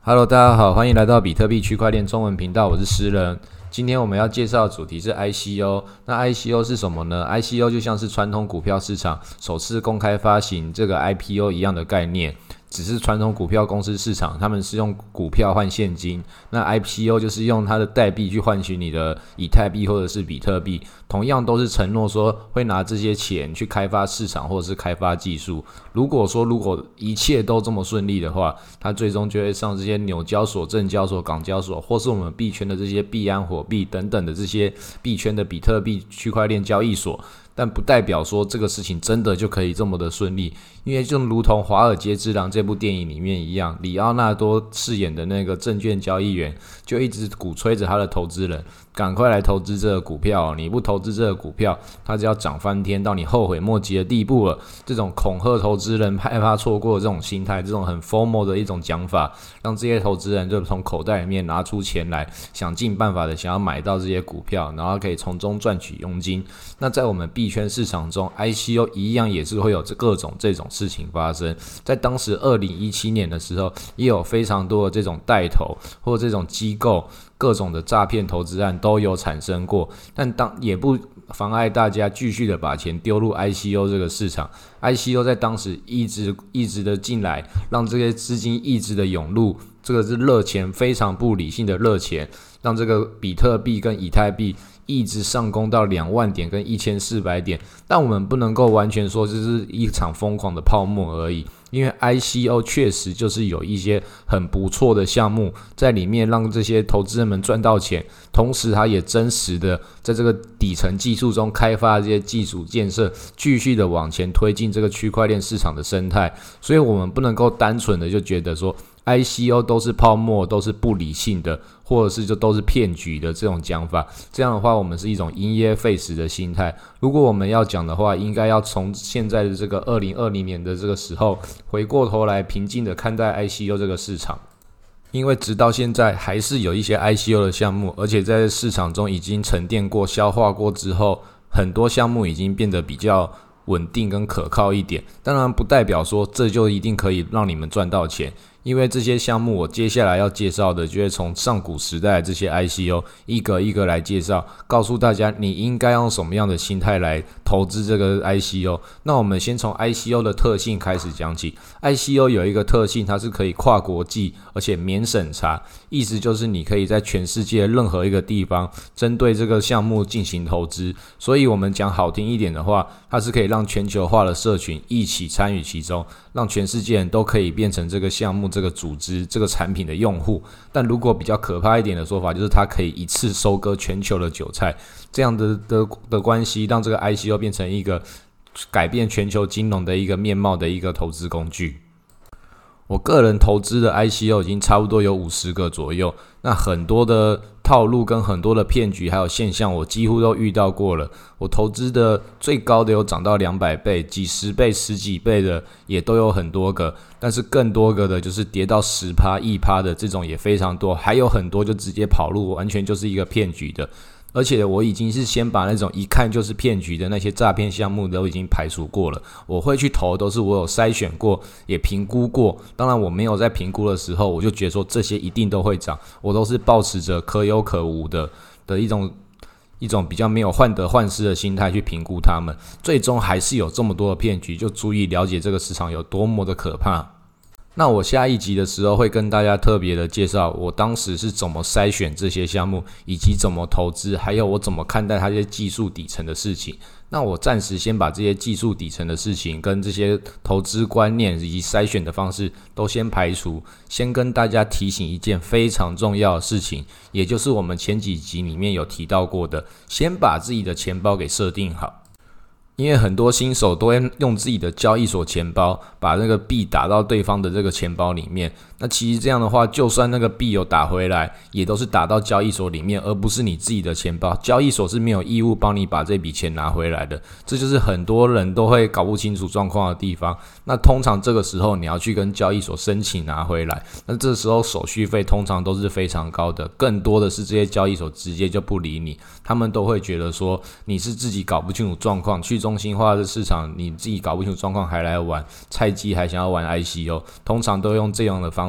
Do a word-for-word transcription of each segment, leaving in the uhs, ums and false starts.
Hello， 大家好，欢迎来到比特币区块链中文频道，我是诗人。今天我们要介绍的主题是 I C O。那 I C O 是什么呢？ I C O 就像是传统股票市场首次公开发行这个 I P O 一样的概念。只是传统股票公司市场，他们是用股票换现金，那 I P O 就是用它的代币去换取你的以太币或者是比特币，同样都是承诺说会拿这些钱去开发市场或者是开发技术。如果说如果一切都这么顺利的话，它最终就会上这些纽交所、证交所、港交所，或是我们币圈的这些币安、火币等等的这些币圈的比特币区块链交易所。但不代表说这个事情真的就可以这么的顺利，因为就如同《华尔街之狼》这部电影里面一样，里奥纳多饰演的那个证券交易员就一直鼓吹着他的投资人赶快来投资这个股票，你不投资这个股票，它就要涨翻天到你后悔莫及的地步了。这种恐吓投资人害怕错过的这种心态，这种很 F O M O 的一种讲法，让这些投资人就从口袋里面拿出钱来，想尽办法的想要买到这些股票，然后可以从中赚取佣金。那在我们币圈市场中 I C O 一样也是会有各种这种事情发生。在当时二零一七年的时候，也有非常多的这种带头或这种机构各种的诈骗投资案都有产生过，但当也不妨碍大家继续的把钱丢入 I C O 这个市场。I C O 在当时一直一直的进来，让这些资金一直的涌入，这个是热钱，非常不理性的热钱，让这个比特币跟以太币一直上攻到两万点跟一千四百点，但我们不能够完全说这是一场疯狂的泡沫而已，因为 I C O 确实就是有一些很不错的项目在里面，让这些投资人们赚到钱，同时它也真实的在这个底层技术中开发这些基础建设，继续的往前推进这个区块链市场的生态，所以我们不能够单纯的就觉得说I C O 都是泡沫，都是不理性的，或者是就都是骗局的这种讲法。这样的话，我们是一种因噎废食的心态。如果我们要讲的话，应该要从现在的这个二零二零年的这个时候，回过头来平静的看待 I C O 这个市场。因为直到现在还是有一些 I C O 的项目，而且在市场中已经沉淀过、消化过之后，很多项目已经变得比较稳定跟可靠一点。当然不代表说这就一定可以让你们赚到钱，因为这些项目我接下来要介绍的就会从上古时代的这些 I C O 一个一个来介绍，告诉大家你应该用什么样的心态来投资这个 I C O。 那我们先从 I C O 的特性开始讲起。 I C O 有一个特性，它是可以跨国际而且免审查，意思就是你可以在全世界任何一个地方针对这个项目进行投资，所以我们讲好听一点的话，它是可以让全球化的社群一起参与其中，让全世界人都可以变成这个项目、这个组织、这个产品的用户。但如果比较可怕一点的说法，就是它可以一次收割全球的韭菜，这样的 的, 的关系让这个 I C O 变成一个改变全球金融的一个面貌的一个投资工具。我个人投资的 I C O 已经差不多有五十个左右，那很多的套路跟很多的骗局还有现象我几乎都遇到过了。我投资的最高的有涨到两百倍，几十倍、十几倍的也都有很多个，但是更多个的就是跌到 百分之十、百分之一 的这种也非常多，还有很多就直接跑路，完全就是一个骗局的。而且我已经是先把那种一看就是骗局的那些诈骗项目都已经排除过了，我会去投都是我有筛选过也评估过。当然我没有在评估的时候我就觉得说这些一定都会涨，我都是抱持着可有可无的的一种一种比较没有患得患失的心态去评估它们，最终还是有这么多的骗局，就足以了解这个市场有多么的可怕。那我下一集的时候会跟大家特别的介绍我当时是怎么筛选这些项目，以及怎么投资，还有我怎么看待它这些技术底层的事情。那我暂时先把这些技术底层的事情跟这些投资观念以及筛选的方式都先排除，先跟大家提醒一件非常重要的事情，也就是我们前几集里面有提到过的，先把自己的钱包给设定好。因为很多新手都会用自己的交易所钱包把那个币打到对方的这个钱包里面，那其实这样的话，就算那个币有打回来，也都是打到交易所里面，而不是你自己的钱包。交易所是没有义务帮你把这笔钱拿回来的，这就是很多人都会搞不清楚状况的地方。那通常这个时候你要去跟交易所申请拿回来，那这时候手续费通常都是非常高的，更多的是这些交易所直接就不理你，他们都会觉得说你是自己搞不清楚状况，去中心化的市场你自己搞不清楚状况还来玩，菜鸡还想要玩 I C O， 通常都用这样的方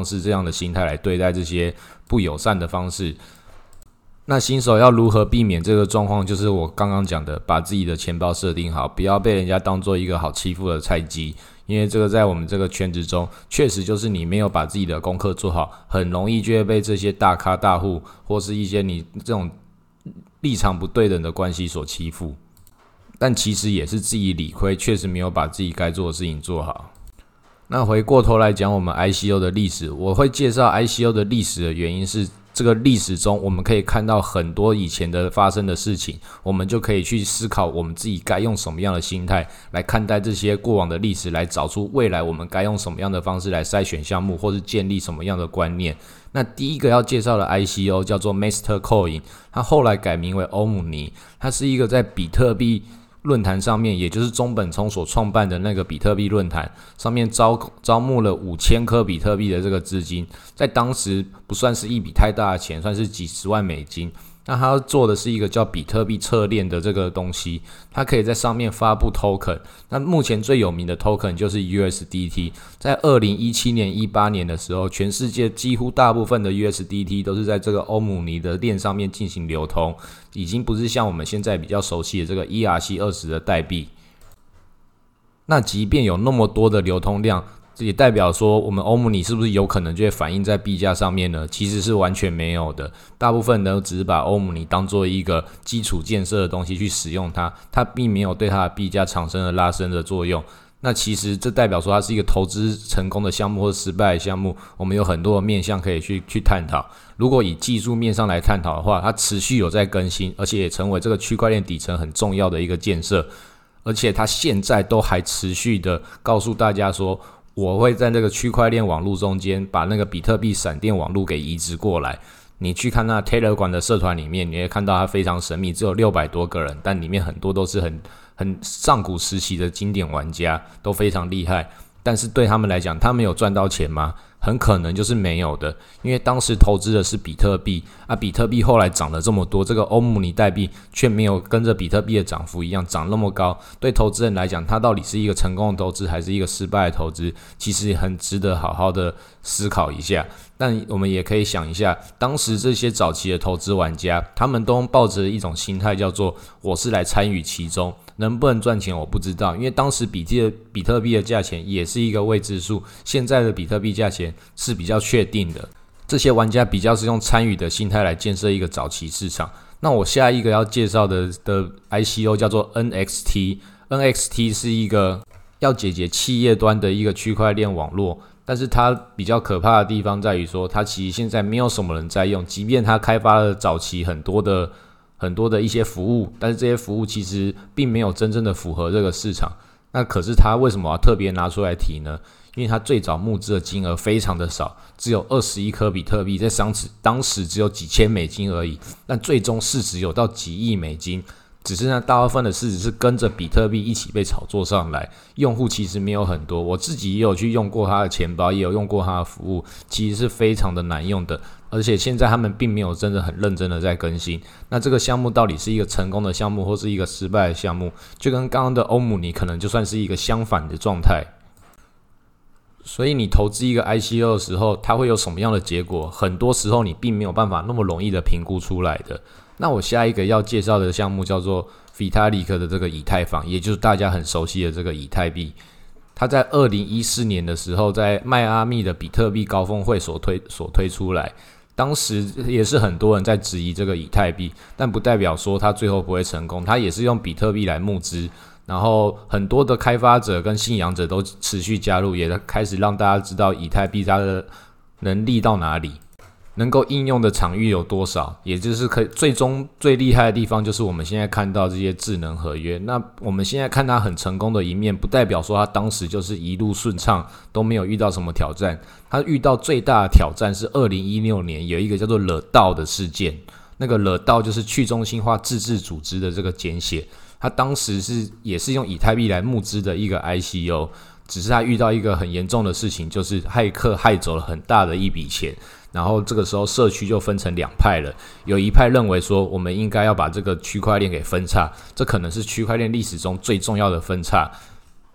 式这样的心态来对待这些不友善的方式。那新手要如何避免这个状况，就是我刚刚讲的，把自己的钱包设定好，不要被人家当做一个好欺负的菜鸡，因为这个在我们这个圈子中，确实就是你没有把自己的功课做好，很容易就会被这些大咖大户或是一些你这种立场不对等的关系所欺负。但其实也是自己理亏，确实没有把自己该做的事情做好。那回过头来讲我们 I C O 的历史，我会介绍 I C O 的历史的原因是，这个历史中我们可以看到很多以前的发生的事情，我们就可以去思考我们自己该用什么样的心态来看待这些过往的历史，来找出未来我们该用什么样的方式来筛选项目，或是建立什么样的观念。那第一个要介绍的 I C O 叫做 Mastercoin， 它后来改名为欧姆尼，它是一个在比特币论坛上面，也就是中本聪所创办的那个比特币论坛上面 招, 招募了五千颗比特币的这个资金，在当时不算是一笔太大的钱，算是几十万美金。那他做的是一个叫比特币侧链的这个东西，它可以在上面发布 token。那目前最有名的 token 就是 U S D T。在二零一七年、一八年的时候，全世界几乎大部分的 U S D T 都是在这个欧姆尼的链上面进行流通，已经不是像我们现在比较熟悉的这个 E R C 二十 的代币。那即便有那么多的流通量，这也代表说我们欧姆尼是不是有可能就会反映在币价上面呢？其实是完全没有的，大部分人只是把欧姆尼当做一个基础建设的东西去使用它，它并没有对它的币价产生了拉升的作用。那其实这代表说它是一个投资成功的项目或失败的项目，我们有很多的面向可以去去探讨。如果以技术面上来探讨的话，它持续有在更新，而且也成为这个区块链底层很重要的一个建设，而且它现在都还持续的告诉大家说，我会在这个区块链网络中间把那个比特币闪电网络给移植过来。你去看那 Telegram 的社团里面，你会看到它非常神秘，只有六百多个人，但里面很多都是很很上古时期的经典玩家，都非常厉害。但是对他们来讲，他们有赚到钱吗？很可能就是没有的，因为当时投资的是比特币啊，比特币后来涨了这么多，这个欧姆尼代币却没有跟着比特币的涨幅一样涨那么高。对投资人来讲，它到底是一个成功的投资还是一个失败的投资，其实很值得好好的思考一下。但我们也可以想一下，当时这些早期的投资玩家，他们都抱着一种心态，叫做我是来参与其中，能不能赚钱我不知道，因为当时比特比特币的价钱也是一个未知数，现在的比特币价钱是比较确定的。这些玩家比较是用参与的心态来建设一个早期市场。那我下一个要介绍的的 I C O 叫做 N X T，N X T 是一个要解决企业端的一个区块链网络。但是它比较可怕的地方在于说，它其实现在没有什么人在用，即便它开发了早期很多的很多的一些服务，但是这些服务其实并没有真正的符合这个市场。那可是它为什么要特别拿出来提呢？因为它最早募资的金额非常的少，只有二十一颗比特币，在当时只有几千美金而已，但最终市值有到几亿美金。只是那大部分的市值是跟着比特币一起被炒作上来，用户其实没有很多。我自己也有去用过他的钱包，也有用过他的服务，其实是非常的难用的。而且现在他们并没有真的很认真的在更新。那这个项目到底是一个成功的项目，或是一个失败的项目，就跟刚刚的欧姆尼可能就算是一个相反的状态。所以你投资一个 I C O 的时候，它会有什么样的结果？很多时候你并没有办法那么容易的评估出来的。那我下一个要介绍的项目叫做 Vitalik 的这个以太坊，也就是大家很熟悉的这个以太币。它在二零一四年的时候，在迈阿密的比特币高峰会所推所推出来，当时也是很多人在质疑这个以太币，但不代表说它最后不会成功，它也是用比特币来募资。然后很多的开发者跟信仰者都持续加入，也开始让大家知道以太币它的能力到哪里，能够应用的场域有多少，也就是可以最终最厉害的地方就是我们现在看到这些智能合约。那我们现在看它很成功的一面，不代表说它当时就是一路顺畅，都没有遇到什么挑战。它遇到最大的挑战是二零一六年有一个叫做惹道的事件，那个惹道就是去中心化自治组织的这个简写。他当时是也是用以太币来募资的一个 I C O， 只是他遇到一个很严重的事情，就是骇客害走了很大的一笔钱，然后这个时候社区就分成两派了，有一派认为说我们应该要把这个区块链给分叉，这可能是区块链历史中最重要的分叉。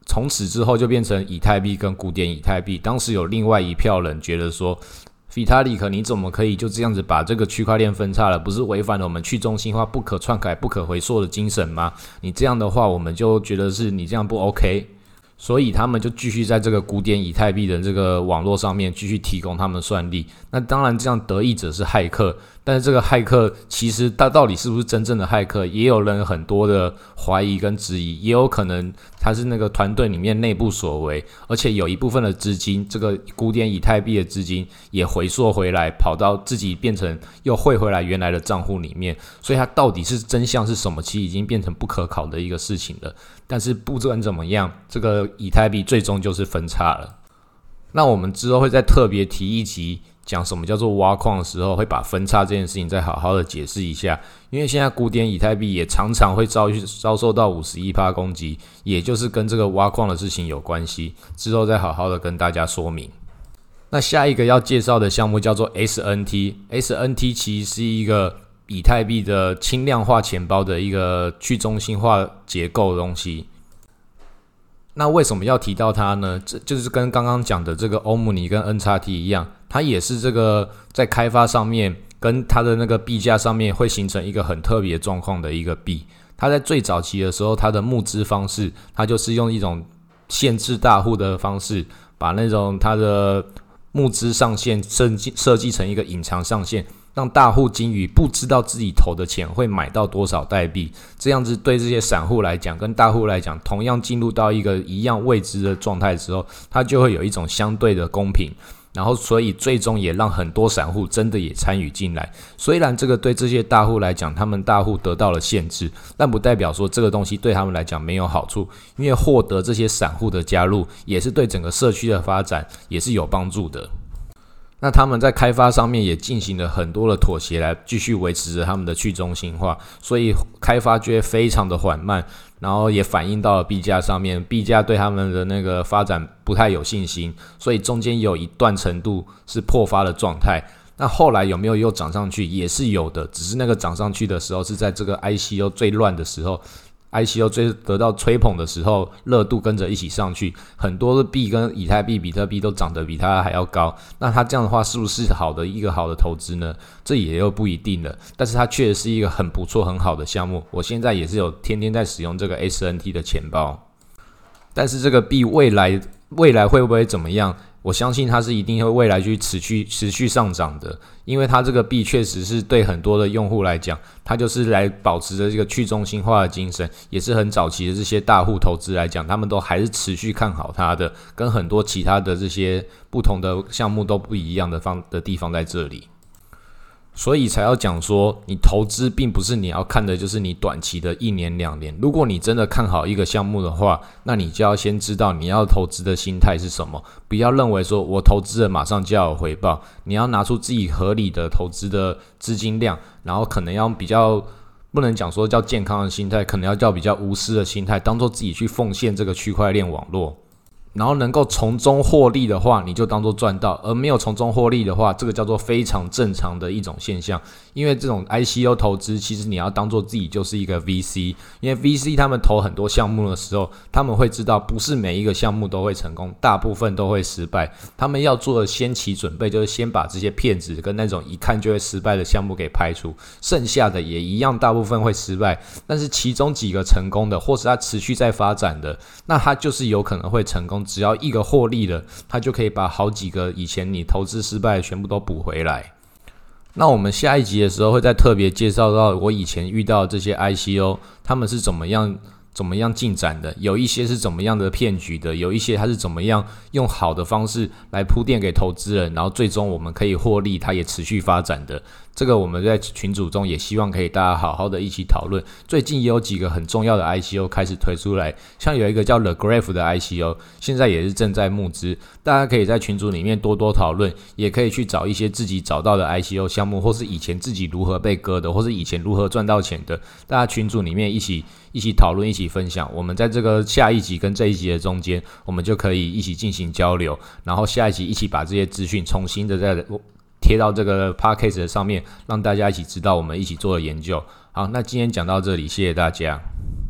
从此之后就变成以太币跟古典以太币。当时有另外一票人觉得说，Vitalik，你怎么可以就这样子把这个区块链分叉了？不是违反了我们去中心化、不可篡改、不可回溯的精神吗？你这样的话，我们就觉得是你这样不 OK。所以他们就继续在这个古典以太币的这个网络上面继续提供他们的算力。那当然，这样得益者是骇客，但是这个骇客其实他到底是不是真正的骇客，也有人很多的怀疑跟质疑，也有可能他是那个团队里面内部所为，而且有一部分的资金，这个古典以太币的资金也回溯回来，跑到自己变成又汇回来原来的账户里面。所以它到底是真相是什么，其实已经变成不可考的一个事情了。但是不管怎么样，这个以太币最终就是分叉了。那我们之后会再特别提一集讲什么叫做挖矿的时候，会把分叉这件事情再好好的解释一下。因为现在古典以太币也常常会遭遭受到 百分之五十一 攻击，也就是跟这个挖矿的事情有关系，之后再好好的跟大家说明。那下一个要介绍的项目叫做 S N T，S N T 其实是一个以太币的轻量化钱包的一个去中心化结构的东西。那为什么要提到它呢？这就是跟刚刚讲的这个欧姆尼跟 N X T 一样，它也是这个在开发上面跟它的那个币价上面会形成一个很特别状况的一个币。它在最早期的时候，它的募资方式，它就是用一种限制大户的方式，把那种它的募资上限设计设计成一个隐藏上限，让大户金鱼不知道自己投的钱会买到多少代币，这样子对这些散户来讲跟大户来讲，同样进入到一个一样未知的状态之后，它就会有一种相对的公平，然后所以最终也让很多散户真的也参与进来。虽然这个对这些大户来讲，他们大户得到了限制，但不代表说这个东西对他们来讲没有好处，因为获得这些散户的加入，也是对整个社区的发展也是有帮助的。那他们在开发上面也进行了很多的妥协，来继续维持着他们的去中心化，所以开发就会非常的缓慢，然后也反映到了币价上面，币价对他们的那个发展不太有信心，所以中间有一段程度是破发的状态。那后来有没有又涨上去，也是有的，只是那个涨上去的时候是在这个 I C O 最乱的时候，I C O 最得到吹捧的时候，热度跟着一起上去，很多的币跟以太币、比特币都涨得比它还要高。那它这样的话，是不是好的一个好的投资呢？这也又不一定了。但是它确实是一个很不错、很好的项目。我现在也是有天天在使用这个 S N T 的钱包。但是这个币未来未来会不会怎么样？我相信它是一定会未来去持续持续上涨的，因为它这个币确实是对很多的用户来讲，它就是来保持着这个去中心化的精神，也是很早期的这些大户投资来讲，他们都还是持续看好它的，跟很多其他的这些不同的项目都不一样的方的地方在这里。所以才要讲说，你投资并不是你要看的就是你短期的一年两年。如果你真的看好一个项目的话，那你就要先知道你要投资的心态是什么，不要认为说我投资了马上就要有回报。你要拿出自己合理的投资的资金量，然后可能要比较不能讲说叫健康的心态，可能要叫比较无私的心态，当做自己去奉献这个区块链网络。然后能够从中获利的话，你就当作赚到；而没有从中获利的话，这个叫做非常正常的一种现象。因为这种 I C O 投资，其实你要当作自己就是一个 V C， 因为 V C 他们投很多项目的时候，他们会知道不是每一个项目都会成功，大部分都会失败。他们要做的先期准备，就是先把这些骗子跟那种一看就会失败的项目给排除，剩下的也一样，大部分会失败。但是其中几个成功的，或是它持续在发展的，那它就是有可能会成功。只要一个获利了，它就可以把好几个以前你投资失败的全部都补回来。那我们下一集的时候会再特别介绍到我以前遇到的这些 I C O， 他们是怎么样怎么样进展的，有一些是怎么样的骗局的，有一些它是怎么样用好的方式来铺垫给投资人，然后最终我们可以获利，它也持续发展的。这个我们在群组中也希望可以大家好好的一起讨论。最近也有几个很重要的 I C O 开始推出来，像有一个叫 The Graph 的 I C O， 现在也是正在募资，大家可以在群组里面多多讨论，也可以去找一些自己找到的 I C O 项目，或是以前自己如何被割的，或是以前如何赚到钱的，大家群组里面一起一起讨论，一起分享。我们在这个下一集跟这一集的中间，我们就可以一起进行交流，然后下一集一起把这些资讯重新的再贴到这个 podcast 的上面，让大家一起知道我们一起做的研究。好，那今天讲到这里，谢谢大家。